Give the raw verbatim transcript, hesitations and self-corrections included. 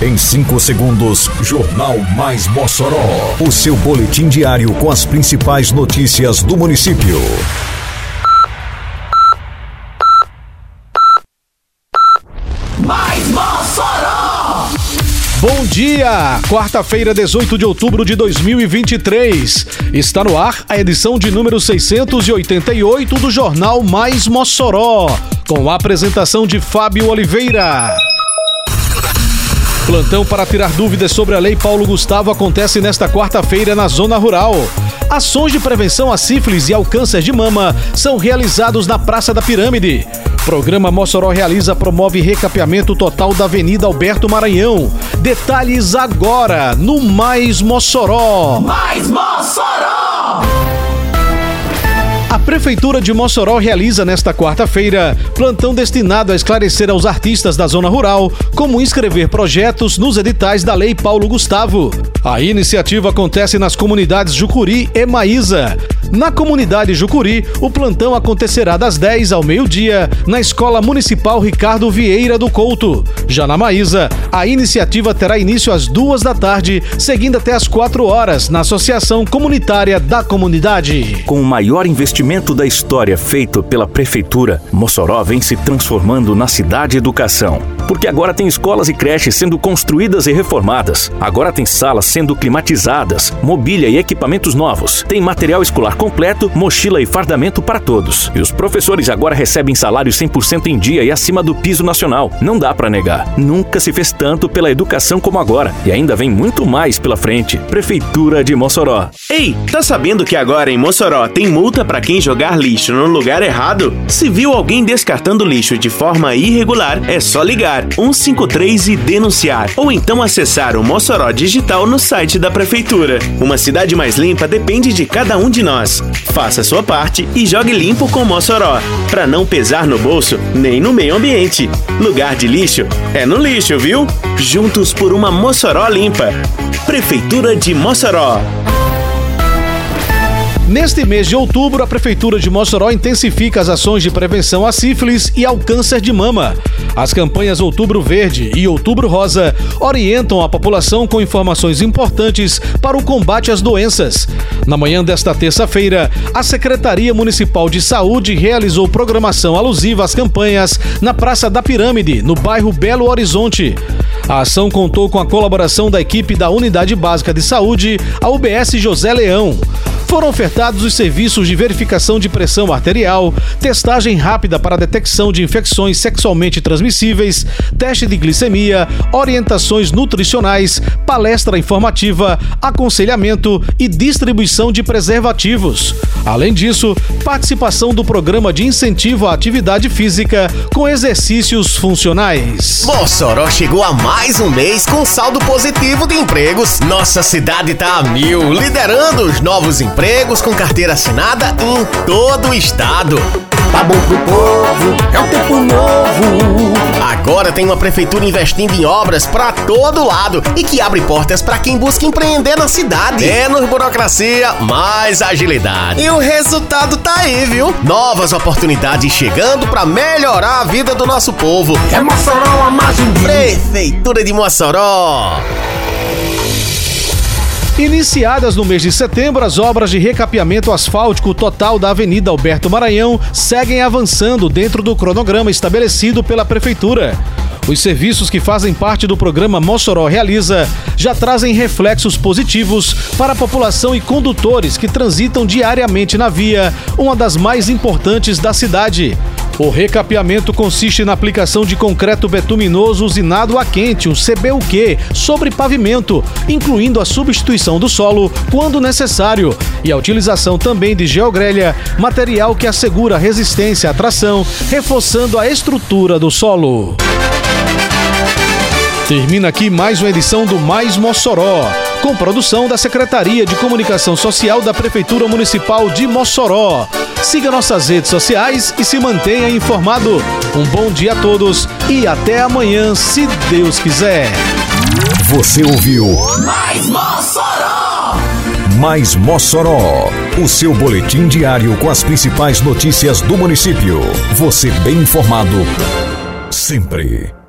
Em cinco segundos, Jornal Mais Mossoró. O seu boletim diário com as principais notícias do município. Mais Mossoró! Bom dia! Quarta-feira, dezoito de outubro de dois mil e vinte e três. Está no ar a edição de número seiscentos e oitenta e oito do Jornal Mais Mossoró, com a apresentação de Fábio Oliveira. Plantão para tirar dúvidas sobre a Lei Paulo Gustavo acontece nesta quarta-feira na Zona Rural. Ações de prevenção à sífilis e ao câncer de mama são realizados na Praça da Pirâmide. Programa Mossoró Realiza promove recapeamento total da Avenida Alberto Maranhão. Detalhes agora no Mais Mossoró. Mais Mossoró! A Prefeitura de Mossoró realiza nesta quarta-feira plantão destinado a esclarecer aos artistas da zona rural como inscrever projetos nos editais da Lei Paulo Gustavo. A iniciativa acontece nas comunidades Jucuri e Maísa. Na comunidade Jucuri, o plantão acontecerá das dez ao meio-dia na Escola Municipal Ricardo Vieira do Couto. Já na Maísa, a iniciativa terá início às duas da tarde, seguindo até às quatro horas na Associação Comunitária da Comunidade. Com o maior investimento da história feito pela Prefeitura, Mossoró vem se transformando na cidade educação. Porque agora tem escolas e creches sendo construídas e reformadas. Agora tem salas sendo climatizadas, mobília e equipamentos novos. Tem material escolar completo, mochila e fardamento para todos. E os professores agora recebem salário cem por cento em dia e acima do piso nacional. Não dá para negar. Nunca se fez tanto pela educação como agora. E ainda vem muito mais pela frente. Prefeitura de Mossoró. Ei, tá sabendo que agora em Mossoró tem multa para quem jogar lixo no lugar errado? Se viu alguém descartando lixo de forma irregular, é só ligar um cinco três e denunciar. Ou então acessar o Mossoró Digital no site da Prefeitura. Uma cidade mais limpa depende de cada um de nós. Faça sua parte e jogue limpo com Mossoró, para não pesar no bolso nem no meio ambiente. Lugar de lixo é no lixo, viu? Juntos por uma Mossoró limpa. Prefeitura de Mossoró. Neste mês de outubro, a Prefeitura de Mossoró intensifica as ações de prevenção à sífilis e ao câncer de mama. As campanhas Outubro Verde e Outubro Rosa orientam a população com informações importantes para o combate às doenças. Na manhã desta terça-feira, a Secretaria Municipal de Saúde realizou programação alusiva às campanhas na Praça da Pirâmide, no bairro Belo Horizonte. A ação contou com a colaboração da equipe da Unidade Básica de Saúde, a U B S José Leão. Foram ofertados os serviços de verificação de pressão arterial, testagem rápida para a detecção de infecções sexualmente transmissíveis, teste de glicemia, orientações nutricionais, palestra informativa, aconselhamento e distribuição de preservativos. Além disso, participação do programa de incentivo à atividade física com exercícios funcionais. Mossoró chegou a mais um mês com saldo positivo de empregos. Nossa cidade tá a mil, liderando os novos empregos. Empregos com carteira assinada em todo o estado. Tá bom pro povo, é um tempo novo. Agora tem uma prefeitura investindo em obras pra todo lado e que abre portas pra quem busca empreender na cidade. Menos burocracia, mais agilidade. E o resultado tá aí, viu? Novas oportunidades chegando pra melhorar a vida do nosso povo. É Mossoró a mais um dia. Prefeitura de Mossoró. Iniciadas no mês de setembro, as obras de recapeamento asfáltico total da Avenida Alberto Maranhão seguem avançando dentro do cronograma estabelecido pela Prefeitura. Os serviços que fazem parte do programa Mossoró Realiza já trazem reflexos positivos para a população e condutores que transitam diariamente na via, uma das mais importantes da cidade. O recapeamento consiste na aplicação de concreto betuminoso usinado a quente, o C B U Q, sobre pavimento, incluindo a substituição do solo quando necessário, e a utilização também de geogrelha, material que assegura resistência à tração, reforçando a estrutura do solo. Termina aqui mais uma edição do Mais Mossoró, com produção da Secretaria de Comunicação Social da Prefeitura Municipal de Mossoró. Siga nossas redes sociais e se mantenha informado. Um bom dia a todos e até amanhã, se Deus quiser. Você ouviu Mais Mossoró! Mais Mossoró, o seu boletim diário com as principais notícias do município. Você bem informado sempre.